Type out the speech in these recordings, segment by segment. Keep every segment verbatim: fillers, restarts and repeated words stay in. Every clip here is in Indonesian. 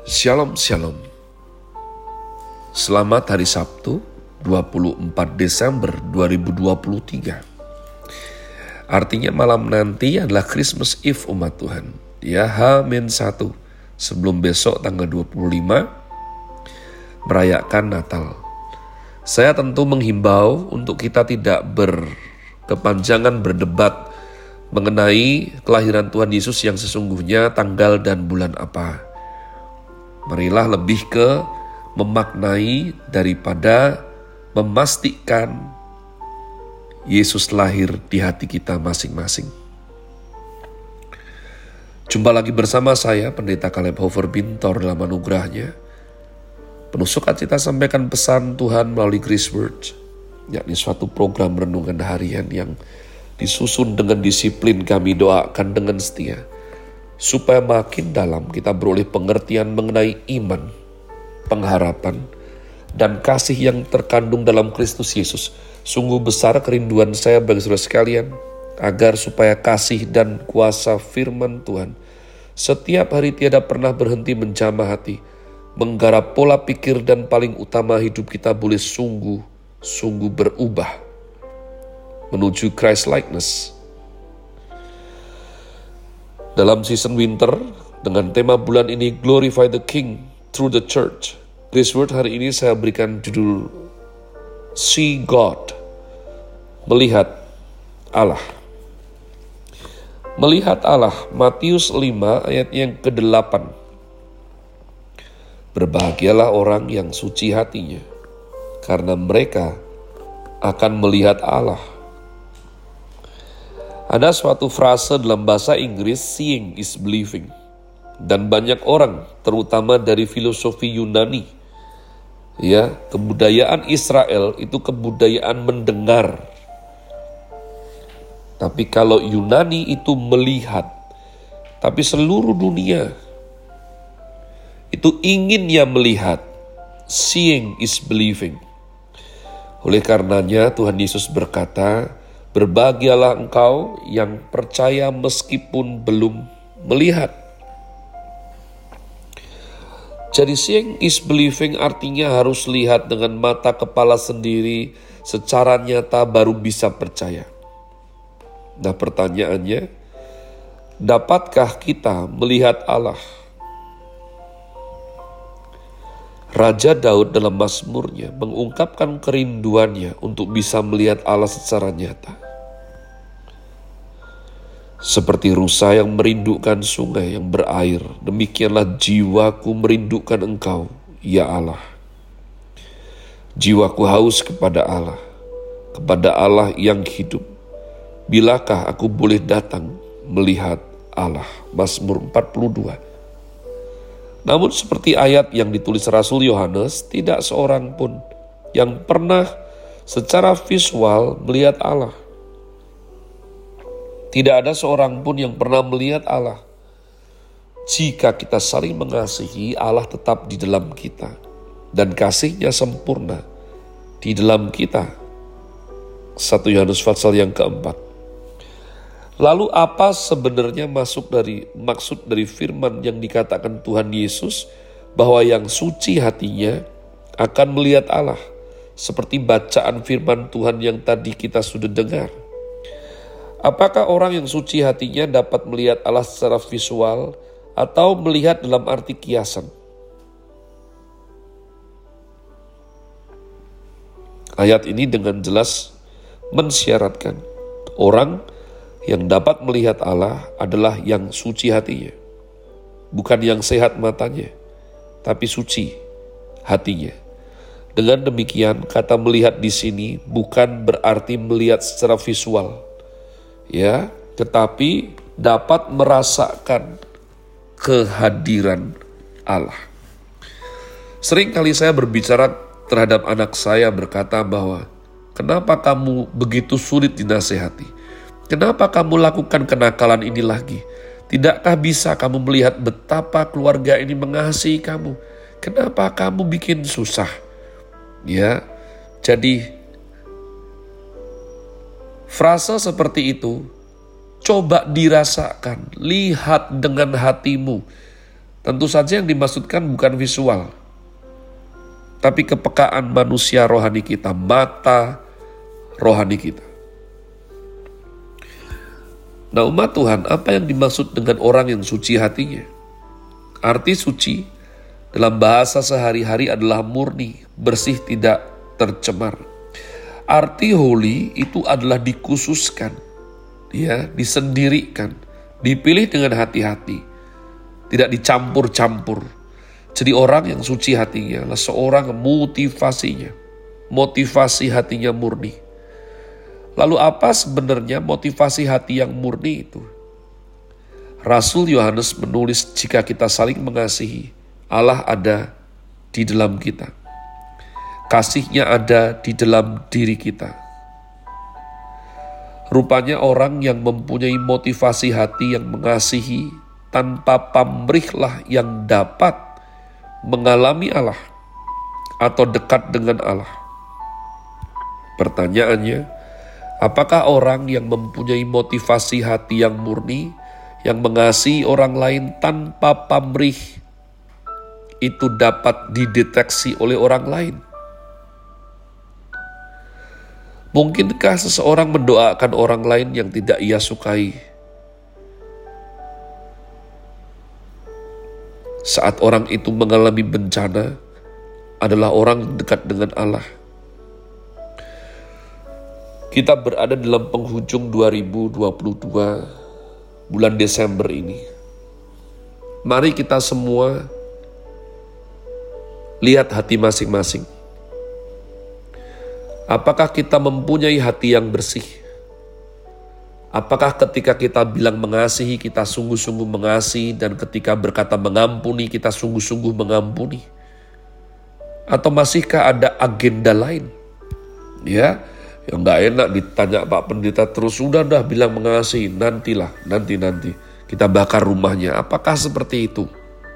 Shalom Shalom. Selamat hari Sabtu dua puluh empat Desember dua ribu dua puluh tiga. Artinya malam nanti adalah Christmas Eve umat Tuhan. Ya, H minus satu sebelum besok tanggal dua puluh lima merayakan Natal. Saya tentu menghimbau untuk kita tidak berkepanjangan berdebat mengenai kelahiran Tuhan Yesus yang sesungguhnya tanggal dan bulan apa. Marilah lebih ke memaknai daripada memastikan Yesus lahir di hati kita masing-masing. Jumpa lagi bersama saya, Pendeta Caleb Hofer Bintor dalam anugerahnya. Penuh sukacita sampaikan pesan Tuhan melalui Grace Word, yakni suatu program renungan harian yang disusun dengan disiplin, kami doakan dengan setia, supaya makin dalam kita beroleh pengertian mengenai iman, pengharapan, dan kasih yang terkandung dalam Kristus Yesus. Sungguh besar kerinduan saya bagi saudara sekalian, agar supaya kasih dan kuasa firman Tuhan setiap hari tiada pernah berhenti menjamah hati, menggarap pola pikir, dan paling utama hidup kita boleh sungguh-sungguh berubah menuju Christ likeness. Dalam season winter, dengan tema bulan ini Glorify the King through the Church, Grace Word hari ini saya berikan judul See God, melihat Allah. Melihat Allah, Matius lima ayat yang kedelapan. Berbahagialah orang yang suci hatinya, karena mereka akan melihat Allah. Ada suatu frase dalam bahasa Inggris, seeing is believing. Dan banyak orang, terutama dari filosofi Yunani, ya, kebudayaan Israel itu kebudayaan mendengar. Tapi kalau Yunani itu melihat, tapi seluruh dunia itu inginnya melihat. Seeing is believing. Oleh karenanya Tuhan Yesus berkata, berbahagialah engkau yang percaya meskipun belum melihat. Jadi seeing is believing artinya harus lihat dengan mata kepala sendiri secara nyata baru bisa percaya. Nah, pertanyaannya, dapatkah kita melihat Allah? Raja Daud dalam Mazmurnya mengungkapkan kerinduannya untuk bisa melihat Allah secara nyata. Seperti rusa yang merindukan sungai yang berair, demikianlah jiwaku merindukan engkau, ya Allah. Jiwaku haus kepada Allah, kepada Allah yang hidup. Bilakah aku boleh datang melihat Allah? Mazmur empat puluh dua. Namun seperti ayat yang ditulis Rasul Yohanes, tidak seorang pun yang pernah secara visual melihat Allah. Tidak ada seorang pun yang pernah melihat Allah. Jika kita saling mengasihi, Allah tetap di dalam kita, dan kasih-Nya sempurna di dalam kita. satu Yohanes pasal yang keempat. Lalu apa sebenarnya masuk dari maksud dari firman yang dikatakan Tuhan Yesus bahwa yang suci hatinya akan melihat Allah, seperti bacaan firman Tuhan yang tadi kita sudah dengar? Apakah orang yang suci hatinya dapat melihat Allah secara visual atau melihat dalam arti kiasan? Ayat ini dengan jelas mensyaratkan orang yang dapat melihat Allah adalah yang suci hatinya. Bukan yang sehat matanya, tapi suci hatinya. Dengan demikian, kata melihat di sini bukan berarti melihat secara visual, ya, tetapi dapat merasakan kehadiran Allah. Sering kali saya berbicara terhadap anak saya berkata bahwa, kenapa kamu begitu sulit dinasehati? Kenapa kamu lakukan kenakalan ini lagi? Tidakkah bisa kamu melihat betapa keluarga ini mengasihi kamu? Kenapa kamu bikin susah? Ya, jadi frase seperti itu coba dirasakan, lihat dengan hatimu. Tentu saja yang dimaksudkan bukan visual, tapi kepekaan manusia rohani kita, mata rohani kita. Nah umat Tuhan, apa yang dimaksud dengan orang yang suci hatinya? Arti suci dalam bahasa sehari-hari adalah murni, bersih, tidak tercemar. Arti holy itu adalah dikhususkan, ya, disendirikan, dipilih dengan hati-hati, tidak dicampur-campur. Jadi orang yang suci hatinya adalah seorang motivasinya, motivasi hatinya murni. Lalu apa sebenarnya motivasi hati yang murni itu? Rasul Yohanes menulis, jika kita saling mengasihi, Allah ada di dalam kita. Kasih-Nya ada di dalam diri kita. Rupanya orang yang mempunyai motivasi hati yang mengasihi tanpa pamrihlah yang dapat mengalami Allah atau dekat dengan Allah. Pertanyaannya, apakah orang yang mempunyai motivasi hati yang murni, yang mengasihi orang lain tanpa pamrih, itu dapat dideteksi oleh orang lain? Mungkinkah seseorang mendoakan orang lain yang tidak ia sukai? Saat orang itu mengalami bencana, adalah orang dekat dengan Allah. Kita berada dalam penghujung dua ribu dua puluh dua, bulan Desember ini. Mari kita semua lihat hati masing-masing. Apakah kita mempunyai hati yang bersih? Apakah ketika kita bilang mengasihi, kita sungguh-sungguh mengasihi, dan ketika berkata mengampuni, kita sungguh-sungguh mengampuni? Atau masihkah ada agenda lain? Ya, yang gak enak ditanya Pak Pendeta terus, sudah dah bilang mengasihi, nantilah, nanti-nanti kita bakar rumahnya. Apakah seperti itu?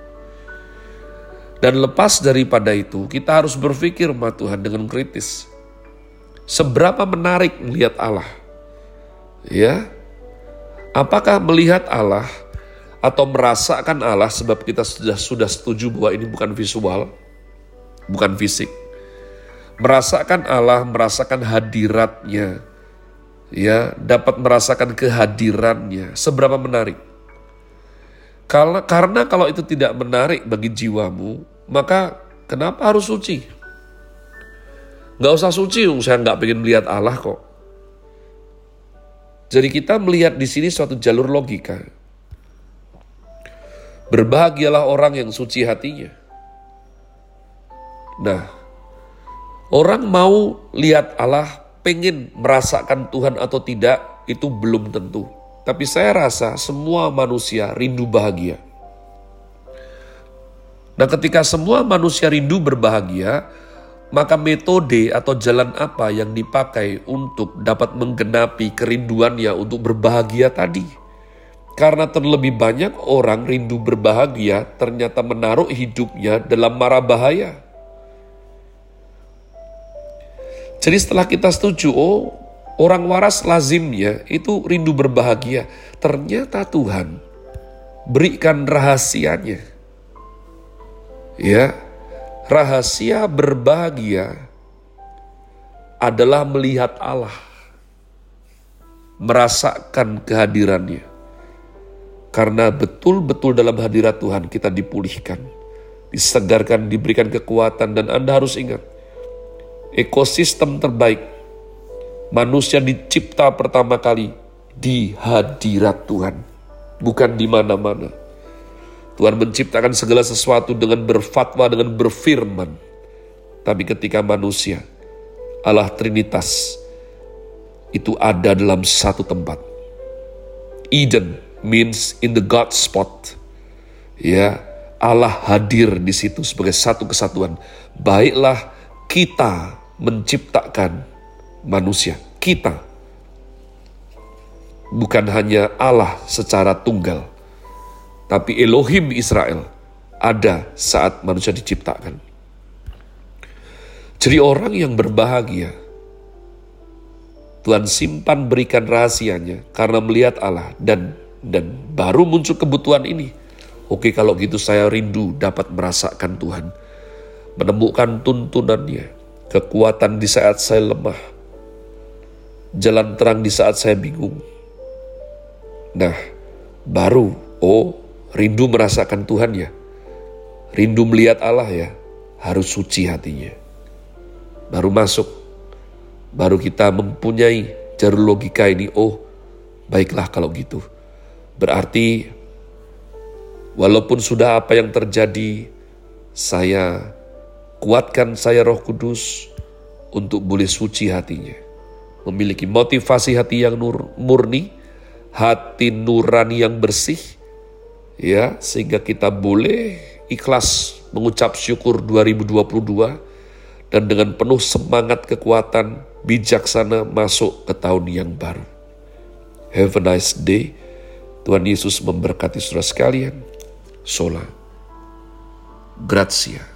Dan lepas daripada itu, kita harus berpikir sama Tuhan dengan kritis. Seberapa menarik melihat Allah? Ya, apakah melihat Allah atau merasakan Allah, sebab kita sudah sudah setuju bahwa ini bukan visual, bukan fisik. Merasakan Allah, merasakan hadiratnya, ya, dapat merasakan kehadirannya. Seberapa menarik? Karena, karena kalau itu tidak menarik bagi jiwamu, maka kenapa harus suci? Gak usah suci, saya gak pengen melihat Allah kok. Jadi kita melihat di sini suatu jalur logika. Berbahagialah orang yang suci hatinya. Nah, orang mau lihat Allah, pengen merasakan Tuhan atau tidak, itu belum tentu. Tapi saya rasa semua manusia rindu bahagia. Nah, ketika semua manusia rindu berbahagia, maka metode atau jalan apa yang dipakai untuk dapat menggenapi kerinduannya untuk berbahagia tadi? Karena terlebih banyak orang rindu berbahagia ternyata menaruh hidupnya dalam mara bahaya. Jadi setelah kita setuju, oh orang waras lazimnya itu rindu berbahagia. Ternyata Tuhan berikan rahasianya. Ya, rahasia berbahagia adalah melihat Allah, merasakan kehadirannya. Karena betul-betul dalam hadirat Tuhan kita dipulihkan, disegarkan, diberikan kekuatan. Dan Anda harus ingat, ekosistem terbaik manusia dicipta pertama kali di hadirat Tuhan, bukan di mana-mana. Tuhan menciptakan segala sesuatu dengan berfatwa, dengan berfirman. Tapi ketika manusia, Allah Trinitas, itu ada dalam satu tempat. Eden means in the God spot. Ya, Allah hadir di situ sebagai satu kesatuan. Baiklah kita menciptakan manusia. Kita. Bukan hanya Allah secara tunggal. Tapi Elohim Israel ada saat manusia diciptakan. Jadi orang yang berbahagia, Tuhan simpan berikan rahasianya karena melihat Allah. Dan dan baru muncul kebutuhan ini. Oke, kalau gitu saya rindu dapat merasakan Tuhan, menemukan tuntunannya, kekuatan di saat saya lemah, jalan terang di saat saya bingung. Nah, baru, oh rindu merasakan Tuhan ya, rindu melihat Allah ya, harus suci hatinya. Baru masuk, baru kita mempunyai jalur logika ini, oh baiklah kalau gitu. Berarti walaupun sudah apa yang terjadi, saya kuatkan saya Roh Kudus untuk boleh suci hatinya. Memiliki motivasi hati yang nur, murni, hati nurani yang bersih, ya, sehingga kita boleh ikhlas mengucap syukur dua ribu dua puluh dua dan dengan penuh semangat, kekuatan, bijaksana masuk ke tahun yang baru. Have a nice day. Tuhan Yesus memberkati saudara sekalian. Sola. Grazie.